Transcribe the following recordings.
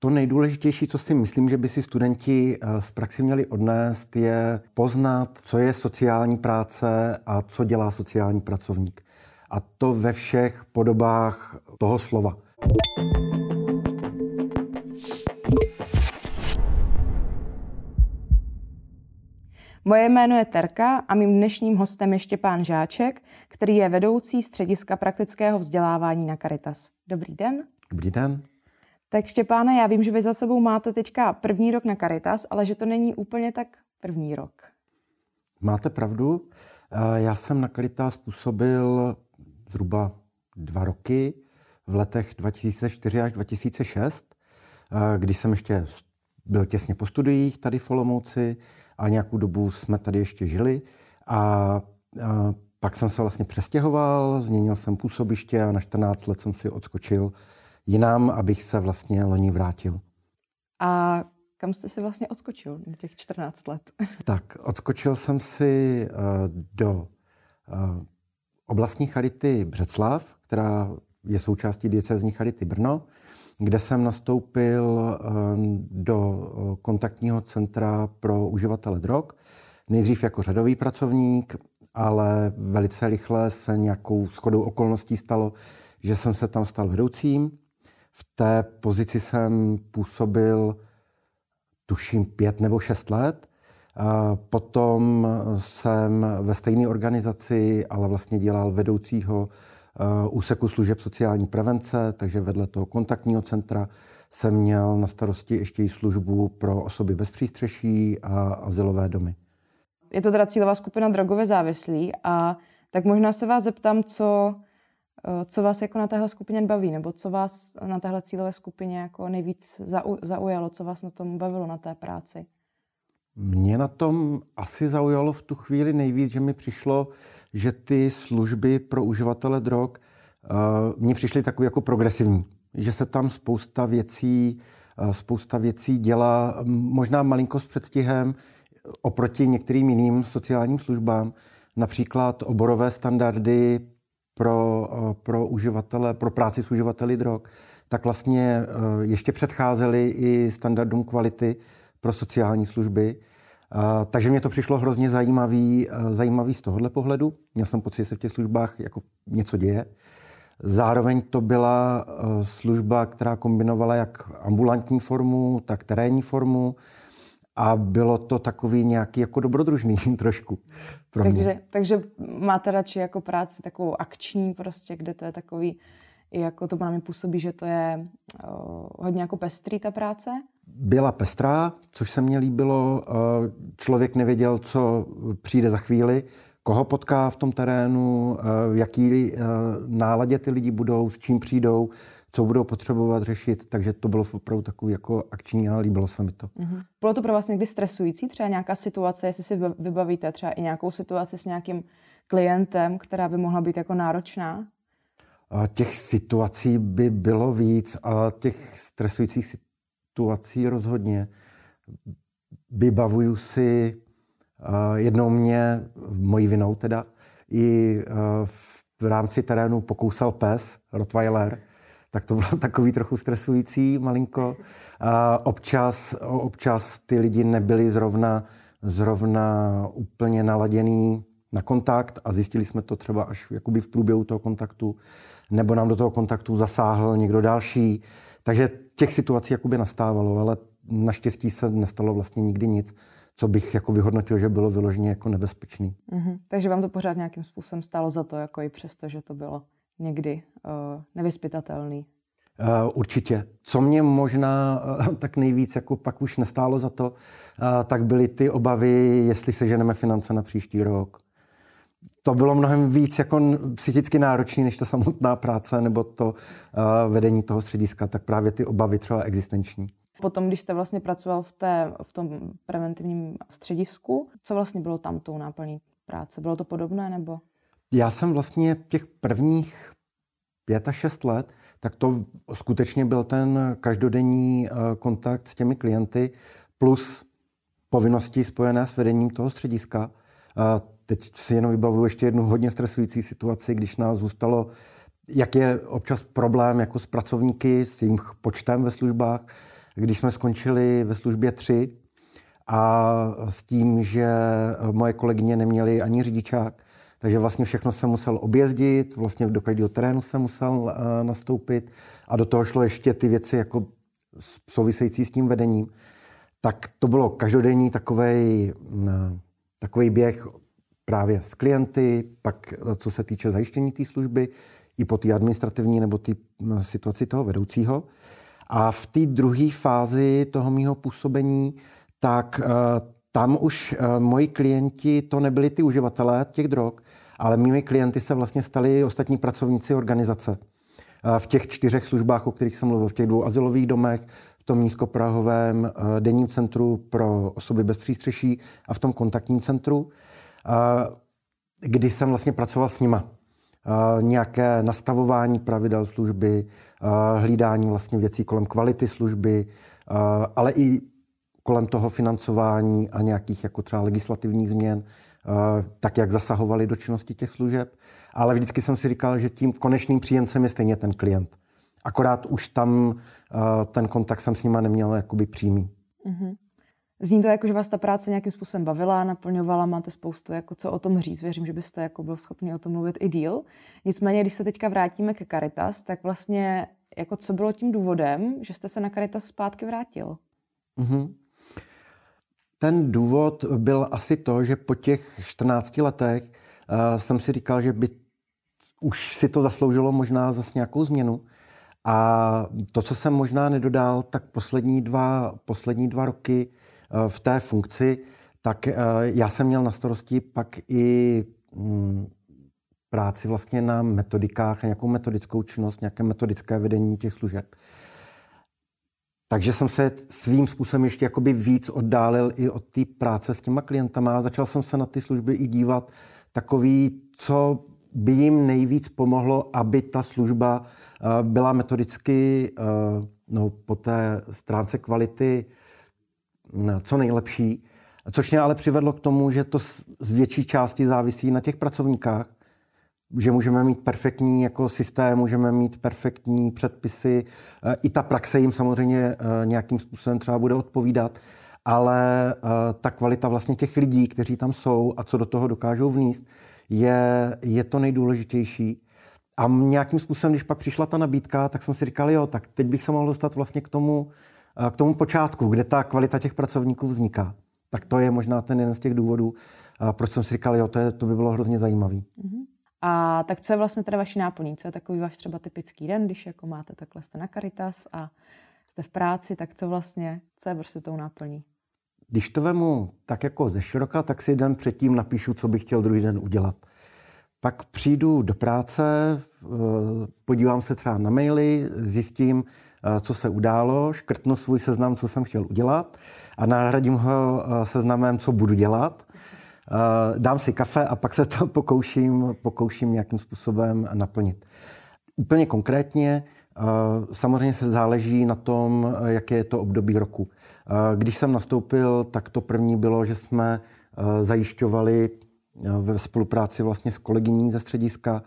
To nejdůležitější, co si myslím, že by si studenti z praxi měli odnést, je poznat, co je sociální práce a co dělá sociální pracovník. A to ve všech podobách toho slova. Moje jméno je Terka a mým dnešním hostem je Štěpán Žáček, který je vedoucí střediska praktického vzdělávání na Caritas. Dobrý den. Dobrý den. Tak Štěpáne, já vím, že vy za sebou máte teďka první rok na Caritas, ale že to není úplně tak první rok. Máte pravdu. Já jsem na Caritas působil zhruba 2 roky v letech 2004 až 2006, kdy jsem ještě byl těsně po studiích tady v Olomouci a nějakou dobu jsme tady ještě žili. A pak jsem se vlastně přestěhoval, změnil jsem působiště a na 14 let jsem si odskočil jinam, abych se vlastně loni vrátil. A kam jste si vlastně odskočil na těch 14 let? Tak, odskočil jsem si do oblastní charity Břeclav, která je součástí diecézní charity Brno, kde jsem nastoupil do kontaktního centra pro uživatele drog. Nejdřív jako řadový pracovník, ale velice rychle se nějakou shodou okolností stalo, že jsem se tam stal vedoucím. V té pozici jsem působil, tuším, 5 nebo 6 let. Potom jsem ve stejné organizaci, ale vlastně dělal vedoucího úseku služeb sociální prevence, takže vedle toho kontaktního centra jsem měl na starosti ještě i službu pro osoby bez přístřeší a azylové domy. Je to teda cílová skupina drogově závislí a tak možná se vás zeptám, co vás jako na téhle skupině baví, nebo co vás na téhle cílové skupině jako nejvíc zaujalo, co vás na tom bavilo na té práci? Mě na tom asi zaujalo v tu chvíli nejvíc, že mi přišlo, že ty služby pro uživatele drog mně přišly takové jako progresivní. Že se tam spousta věcí dělá, možná malinko s předstihem oproti některým jiným sociálním službám. Například oborové standardy pro uživatele, pro práci s uživateli drog, tak vlastně ještě předcházely i standardům kvality pro sociální služby. Takže mě to přišlo hrozně zajímavý z tohohle pohledu. Měl jsem pocit, že se v těch službách jako něco děje. Zároveň to byla služba, která kombinovala jak ambulantní formu, tak terénní formu. A bylo to takový nějaký jako dobrodružný trošku pro mě. Takže máte radši jako práci takovou akční prostě, kde to je takový, jako to na mě působí, že to je hodně jako pestrý ta práce? Byla pestrá, což se mně líbilo. Člověk nevěděl, co přijde za chvíli, koho potká v tom terénu, v jaký náladě ty lidi budou, s čím přijdou, co budou potřebovat řešit, takže to bylo opravdu takový jako akční a líbilo se mi to. Mm-hmm. Bylo to pro vás někdy stresující, třeba nějaká situace, jestli si vybavíte třeba i nějakou situaci s nějakým klientem, která by mohla být jako náročná? Těch situací by bylo víc a těch stresujících situací rozhodně. Vybavuju si jednou mě, mojí vinou teda, i v rámci terénu pokousal pes, Rottweiler, tak to bylo takový trochu stresující malinko. Občas ty lidi nebyli zrovna úplně naladěný na kontakt a zjistili jsme to třeba až jakoby v průběhu toho kontaktu, nebo nám do toho kontaktu zasáhl někdo další. Takže těch situací jakoby nastávalo, ale naštěstí se nestalo vlastně nikdy nic, co bych jako vyhodnotil, že bylo vyloženě jako nebezpečný. Mm-hmm. Takže vám to pořád nějakým způsobem stálo za to, jako i přesto, že to bylo někdy nevyzpytatelný? Určitě. Co mě možná tak nejvíc jako pak už nestálo za to, tak byly ty obavy, jestli seženeme finance na příští rok. To bylo mnohem víc jako psychicky náročné, než ta samotná práce nebo to vedení toho střediska, tak právě ty obavy třeba existenční. Potom, když jste vlastně pracoval v tom preventivním středisku, co vlastně bylo tam tou náplní práce? Bylo to podobné nebo? Já jsem vlastně těch prvních 5 až 6 let, tak to skutečně byl ten každodenní kontakt s těmi klienty plus povinnosti spojené s vedením toho střediska. Teď si jenom vybavuju ještě jednu hodně stresující situaci, když nás zůstalo, jak je občas problém jako s pracovníky, s jejich počtem ve službách, když jsme skončili ve službě 3 a s tím, že moje kolegyně neměly ani řidičák, takže vlastně všechno jsem musel objezdit, vlastně do každého terénu jsem musel nastoupit a do toho šlo ještě ty věci jako související s tím vedením. Tak to bylo každodenní takovej běh právě s klienty, pak co se týče zajištění té služby, i po té administrativní nebo té situaci toho vedoucího. A v té druhé fázi toho mýho působení, tak tam už moji klienti to nebyli ty uživatelé těch drog, ale mými klienty se vlastně stali ostatní pracovníci organizace. V těch 4 službách, o kterých jsem mluvil, v těch 2 azylových domech, v tom nízkoprahovém denním centru pro osoby bez přístřeší a v tom kontaktním centru, kdy jsem vlastně pracoval s nima. Nějaké nastavování pravidel služby, hlídání vlastně věcí kolem kvality služby, ale i kolem toho financování a nějakých jako třeba legislativních změn, tak jak zasahovali do činnosti těch služeb. Ale vždycky jsem si říkal, že tím konečným příjemcem je stejně ten klient. Akorát už tam ten kontakt jsem s nima neměl jakoby přímý. Mm-hmm. Zní to jako, že vás ta práce nějakým způsobem bavila, naplňovala, máte spoustu jako co o tom říct. Věřím, že byste jako byl schopni o tom mluvit i díl. Nicméně, když se teďka vrátíme ke Caritas, tak vlastně jako co bylo tím důvodem, že jste se na Caritas zpátky vrátil? Mm-hmm. Ten důvod byl asi to, že po těch 14 letech jsem si říkal, že by už si to zasloužilo možná zase nějakou změnu. A to, co jsem možná nedodal, tak poslední dva roky v té funkci, tak já jsem měl na starosti pak i práci vlastně na metodikách, nějakou metodickou činnost, nějaké metodické vedení těch služeb. Takže jsem se svým způsobem ještě jakoby víc oddálil i od té práce s těma klientama a začal jsem se na ty služby i dívat takový, co by jim nejvíc pomohlo, aby ta služba byla metodicky po té stránce kvality co nejlepší. Což mě ale přivedlo k tomu, že to z větší části závisí na těch pracovníkách, že můžeme mít perfektní jako systém, můžeme mít perfektní předpisy. I ta praxe jim samozřejmě nějakým způsobem třeba bude odpovídat, ale ta kvalita vlastně těch lidí, kteří tam jsou a co do toho dokážou vníst, je to nejdůležitější. A nějakým způsobem, když pak přišla ta nabídka, tak jsem si říkal, jo, tak teď bych se mohl dostat vlastně k tomu počátku, kde ta kvalita těch pracovníků vzniká. Tak to je možná ten jeden z těch důvodů, proč jsem si říkal, jo, to by bylo hrozně zajímavý. Mm-hmm. A tak co je vlastně teda vaší náplní? Co je takový váš třeba typický den, když jako máte takhle, jste na Caritas a jste v práci, tak co je prostě tou náplní? Když to vemu tak jako ze široka, tak si den předtím napíšu, co bych chtěl druhý den udělat. Pak přijdu do práce, podívám se třeba na maily, zjistím, co se událo, škrtnu svůj seznam, co jsem chtěl udělat a nahradím ho seznamem, co budu dělat. Dám si kafe a pak se to pokouším nějakým způsobem naplnit. Úplně konkrétně samozřejmě se záleží na tom, jaké je to období roku. Když jsem nastoupil, tak to první bylo, že jsme zajišťovali ve spolupráci vlastně s kolegyní ze střediska,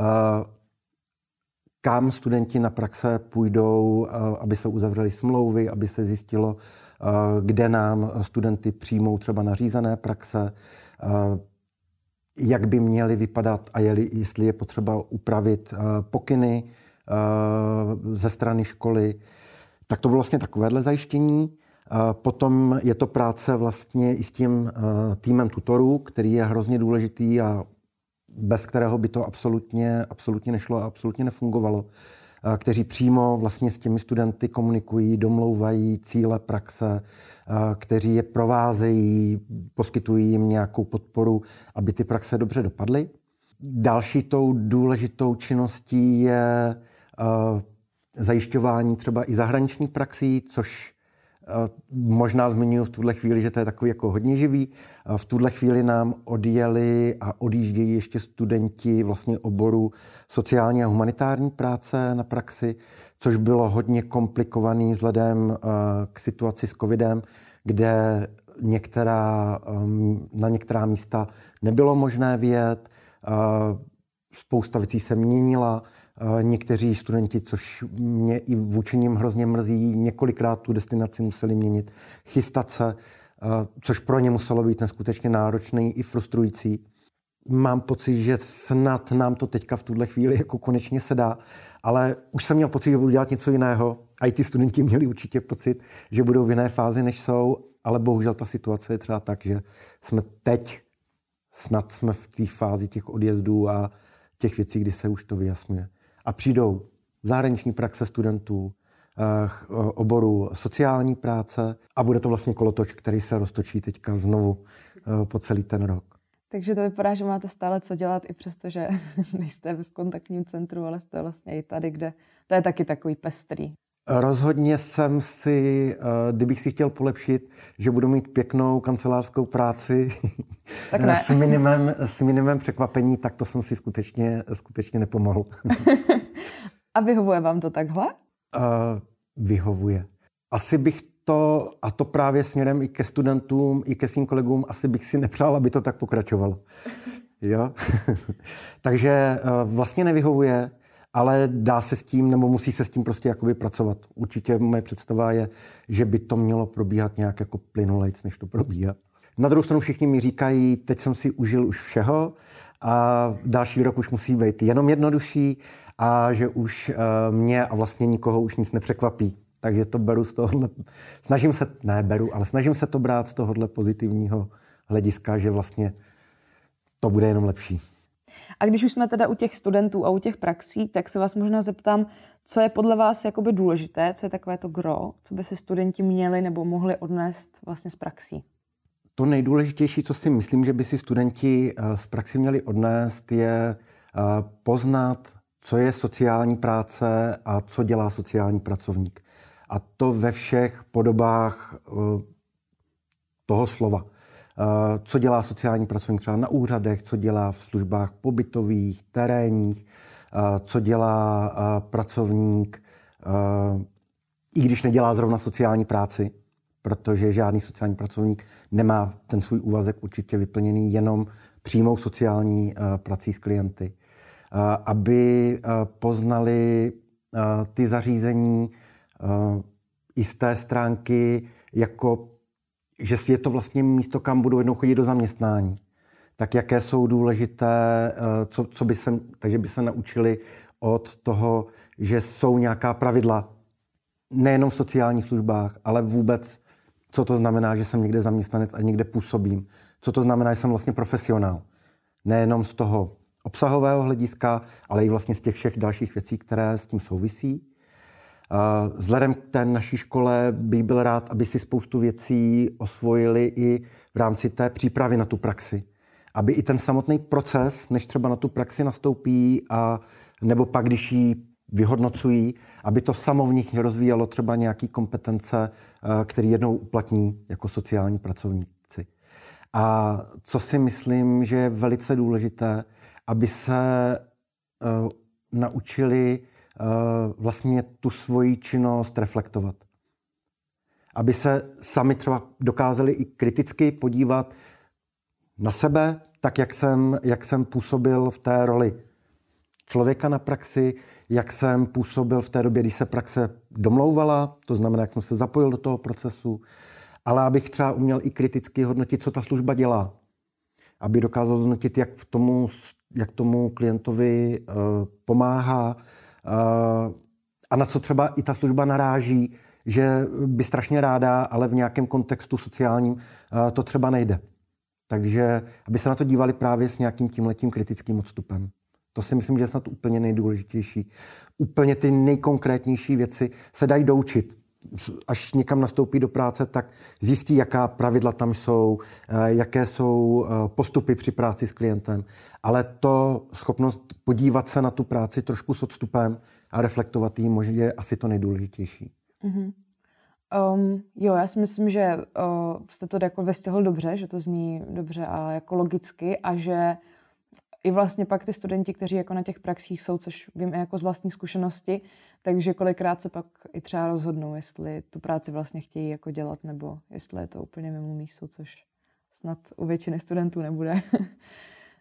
kam studenti na praxe půjdou, aby se uzavřely smlouvy, aby se zjistilo, kde nám studenty přijmou třeba nařízené praxe, jak by měly vypadat a jestli je potřeba upravit pokyny ze strany školy. Tak to bylo vlastně takovéhle zajištění. Potom je to práce vlastně i s tím týmem tutorů, který je hrozně důležitý a bez kterého by to absolutně nešlo a absolutně nefungovalo, kteří přímo vlastně s těmi studenty komunikují, domlouvají cíle praxe, kteří je provázejí, poskytují jim nějakou podporu, aby ty praxe dobře dopadly. Další tou důležitou činností je zajišťování třeba i zahraničních praxí, což možná zmiňuji v tuhle chvíli, že to je takový jako hodně živý. V tuhle chvíli nám odjeli a odjíždějí ještě studenti vlastně oboru sociální a humanitární práce na praxi, což bylo hodně komplikovaný vzhledem k situaci s covidem, kde na některá místa nebylo možné vyjet, spousta věcí se měnila, Někteří studenti, což mě i vůči nim hrozně mrzí, několikrát tu destinaci museli měnit, chystat se, což pro ně muselo být neskutečně náročný i frustrující. Mám pocit, že snad nám to teďka v tuhle chvíli jako konečně se dá, ale už jsem měl pocit, že budu dělat něco jiného. A i ty studenti měli určitě pocit, že budou v jiné fázi, než jsou, ale bohužel ta situace je třeba tak, že snad jsme v té fázi těch odjezdů a těch věcí, kdy se už to vyjasňuje. A přijdou zahraniční praxe studentů, oboru sociální práce a bude to vlastně kolotoč, který se roztočí teďka znovu po celý ten rok. Takže to vypadá, že máte stále co dělat, i přesto, že nejste v kontaktním centru, ale jste vlastně i tady, kde to je taky takový pestrý. Rozhodně jsem si, kdybych si chtěl polepšit, že budu mít pěknou kancelářskou práci tak ne. s minimem překvapení, tak to jsem si skutečně nepomohl. A vyhovuje vám to takhle? Vyhovuje. Asi bych to, a to právě směrem i ke studentům, i ke svým kolegům, asi bych si nepřál, aby to tak pokračovalo. Jo? Takže vlastně nevyhovuje, ale dá se s tím, nebo musí se s tím prostě jakoby pracovat. Určitě moje představa je, že by to mělo probíhat nějak jako plynulejc, než to probíhá. Na druhou stranu všichni mi říkají, teď jsem si užil už všeho a další rok už musí být jenom jednodušší a že už mě a vlastně nikoho už nic nepřekvapí. Takže to beru z tohohle, snažím se to brát z tohohle pozitivního hlediska, že vlastně to bude jenom lepší. A když už jsme teda u těch studentů a u těch praxí, tak se vás možná zeptám, co je podle vás jakoby důležité, co je takové to gro, co by si studenti měli nebo mohli odnést vlastně z praxí? To nejdůležitější, co si myslím, že by si studenti z praxi měli odnést, je poznat, co je sociální práce a co dělá sociální pracovník. A to ve všech podobách toho slova. Co dělá sociální pracovník třeba na úřadech, co dělá v službách pobytových, terénních, co dělá pracovník, i když nedělá zrovna sociální práci, protože žádný sociální pracovník nemá ten svůj úvazek určitě vyplněný jenom přímou sociální prací s klienty. Aby poznali ty zařízení i z té stránky, jako že je to vlastně místo, kam budou jednou chodit do zaměstnání. Tak jaké jsou důležité, takže by se naučili od toho, že jsou nějaká pravidla, nejenom v sociálních službách, ale vůbec, co to znamená, že jsem někde zaměstnanec a někde působím. Co to znamená, že jsem vlastně profesionál. Nejenom z toho obsahového hlediska, ale i vlastně z těch všech dalších věcí, které s tím souvisí. Vzhledem k té naší škole bych byl rád, aby si spoustu věcí osvojili i v rámci té přípravy na tu praxi. Aby i ten samotný proces, než třeba na tu praxi nastoupí, nebo pak, když ji vyhodnocují, aby to samo v nich rozvíjelo třeba nějaké kompetence, které jednou uplatní jako sociální pracovníci. A co si myslím, že je velice důležité, aby se naučili vlastně tu svoji činnost reflektovat. Aby se sami třeba dokázali i kriticky podívat na sebe, tak jak jsem působil v té roli člověka na praxi, jak jsem působil v té době, když se praxe domlouvala, to znamená, jak jsem se zapojil do toho procesu, ale abych třeba uměl i kriticky hodnotit, co ta služba dělá. Aby dokázal hodnotit, jak tomu klientovi pomáhá, a na co třeba i ta služba naráží, že by strašně ráda, ale v nějakém kontextu sociálním to třeba nejde. Takže aby se na to dívali právě s nějakým tímhletím kritickým odstupem. To si myslím, že je snad úplně nejdůležitější. Úplně ty nejkonkrétnější věci se dají doučit. Až někam nastoupí do práce, tak zjistí, jaká pravidla tam jsou, jaké jsou postupy při práci s klientem. Ale to schopnost podívat se na tu práci trošku s odstupem a reflektovat ji možná je asi to nejdůležitější. Mm-hmm. Jo, já si myslím, že jste to jako vystihl dobře, že to zní dobře a jako logicky a že i vlastně pak ty studenti, kteří jako na těch praxích jsou, což vím i jako z vlastní zkušenosti, takže kolikrát se pak i třeba rozhodnou, jestli tu práci vlastně chtějí jako dělat, nebo jestli je to úplně mimo mísu, což snad u většiny studentů nebude.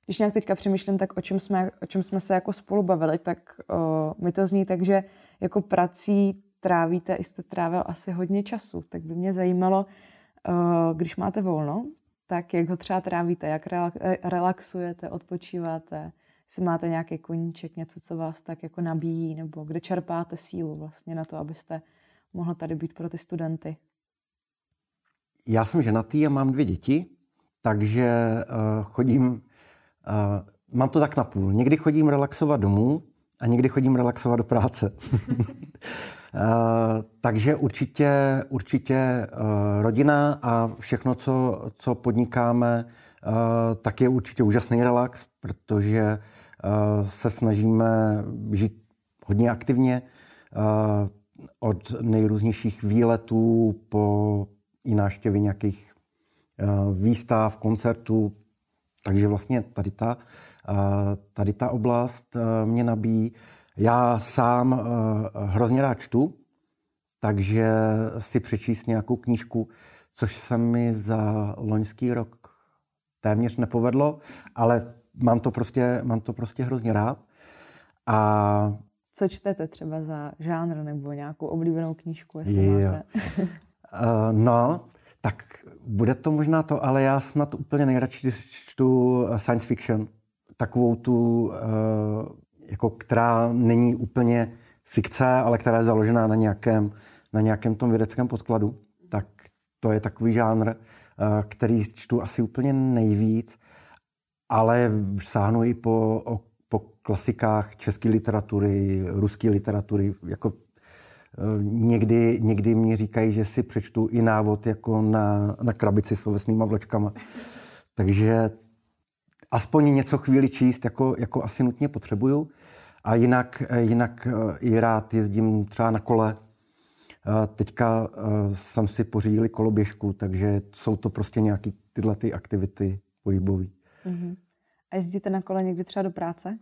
Když nějak teďka přemýšlím, tak o čem jsme se jako spolu bavili, tak mi to zní tak, že jako prací trávíte, jste trávil asi hodně času. Tak by mě zajímalo, když máte volno, tak jak ho třeba trávíte, jak relaxujete, odpočíváte, jestli máte nějaký koníček, něco, co vás tak jako nabíjí, nebo kde čerpáte sílu vlastně na to, abyste mohl tady být pro ty studenty. Já jsem ženatý a mám 2 děti, takže chodím, mám to tak napůl. Někdy chodím relaxovat domů a někdy chodím relaxovat do práce. Takže určitě rodina a všechno, co podnikáme, tak je určitě úžasný relax, protože se snažíme žít hodně aktivně, od nejrůznějších výletů po i návštěvy nějakých výstav, koncertů. Takže vlastně tady ta oblast mě nabíjí. Já sám hrozně rád čtu, takže si přečíst nějakou knížku, což se mi za loňský rok téměř nepovedlo, ale mám to prostě hrozně rád. A co čtete třeba za žánr nebo nějakou oblíbenou knížku, jestli máte? No, tak bude to možná to, ale já snad úplně nejradši čtu science fiction. Takovou tu, jako, která není úplně fikce, ale která je založená na nějakém tom vědeckém podkladu. Tak to je takový žánr, který čtu asi úplně nejvíc, ale sáhnu i po klasikách české literatury, ruské literatury. Jako, někdy mi říkají, že si přečtu i návod jako na krabici s ovesnýma vločkama. Takže aspoň něco chvíli číst, jako asi nutně potřebuju. A jinak i rád jezdím třeba na kole. Teďka jsem si pořídil koloběžku, takže jsou to prostě nějaké tyhle ty aktivity pohybové. Mm-hmm. A jezdíte na kole někdy třeba do práce?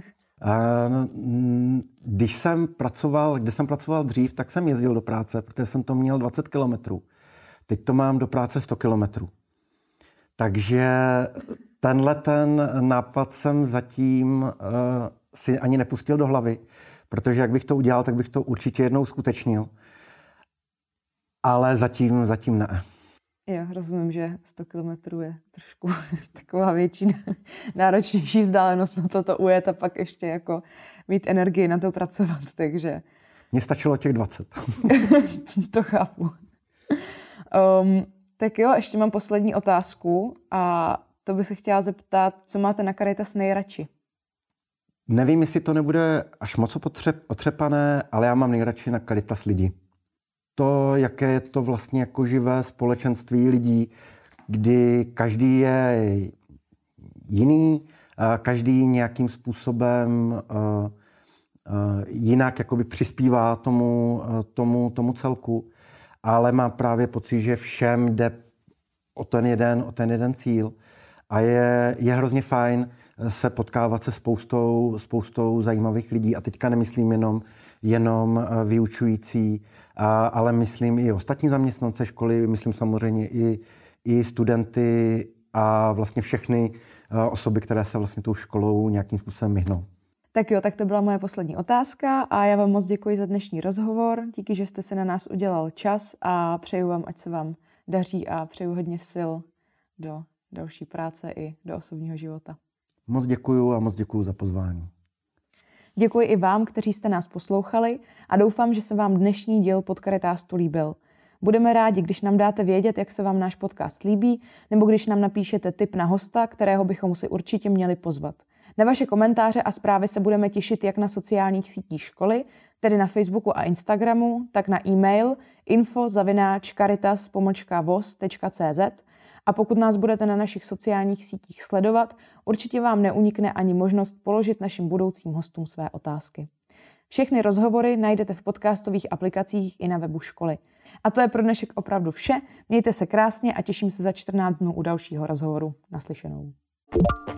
Kde jsem pracoval dřív, tak jsem jezdil do práce, protože jsem to měl 20 kilometrů. Teď to mám do práce 100 kilometrů. Takže ten nápad jsem zatím si ani nepustil do hlavy, protože jak bych to udělal, tak bych to určitě jednou uskutečnil. Ale zatím ne. Jo, rozumím, že 100 kilometrů je trošku taková větší, náročnější vzdálenost na to ujet a pak ještě jako mít energii na to pracovat, takže... Mně stačilo těch 20. To chápu. Tak jo, ještě mám poslední otázku a to bych se chtěla zeptat, co máte na Caritas nejradši? Nevím, jestli to nebude až moc otřepané, ale já mám nejradši na Caritas lidi. To, jaké je to vlastně jako živé společenství lidí, kdy každý je jiný, každý nějakým způsobem jinak jakoby přispívá tomu celku, ale má právě pocit, že všem jde o ten jeden cíl. A je hrozně fajn se potkávat se spoustou zajímavých lidí. A teďka nemyslím jenom vyučující, ale myslím i ostatní zaměstnance školy, myslím samozřejmě i studenty a vlastně všechny osoby, které se vlastně tou školou nějakým způsobem myhnou. Tak jo, tak to byla moje poslední otázka a já vám moc děkuji za dnešní rozhovor. Díky, že jste si na nás udělal čas a přeju vám, ať se vám daří a přeju hodně sil do další práce i do osobního života. Moc děkuju a moc děkuju za pozvání. Děkuji i vám, kteří jste nás poslouchali a doufám, že se vám dnešní díl Podcastastu líbil. Budeme rádi, když nám dáte vědět, jak se vám náš podcast líbí, nebo když nám napíšete tip na hosta, kterého bychom si určitě měli pozvat. Na vaše komentáře a zprávy se budeme těšit jak na sociálních sítích školy, tedy na Facebooku a Instagramu, tak na e-mail info@caritas-voz.cz. A pokud nás budete na našich sociálních sítích sledovat, určitě vám neunikne ani možnost položit našim budoucím hostům své otázky. Všechny rozhovory najdete v podcastových aplikacích i na webu školy. A to je pro dnešek opravdu vše. Mějte se krásně a těším se za 14 dnů u dalšího rozhovoru. Naslyšenou.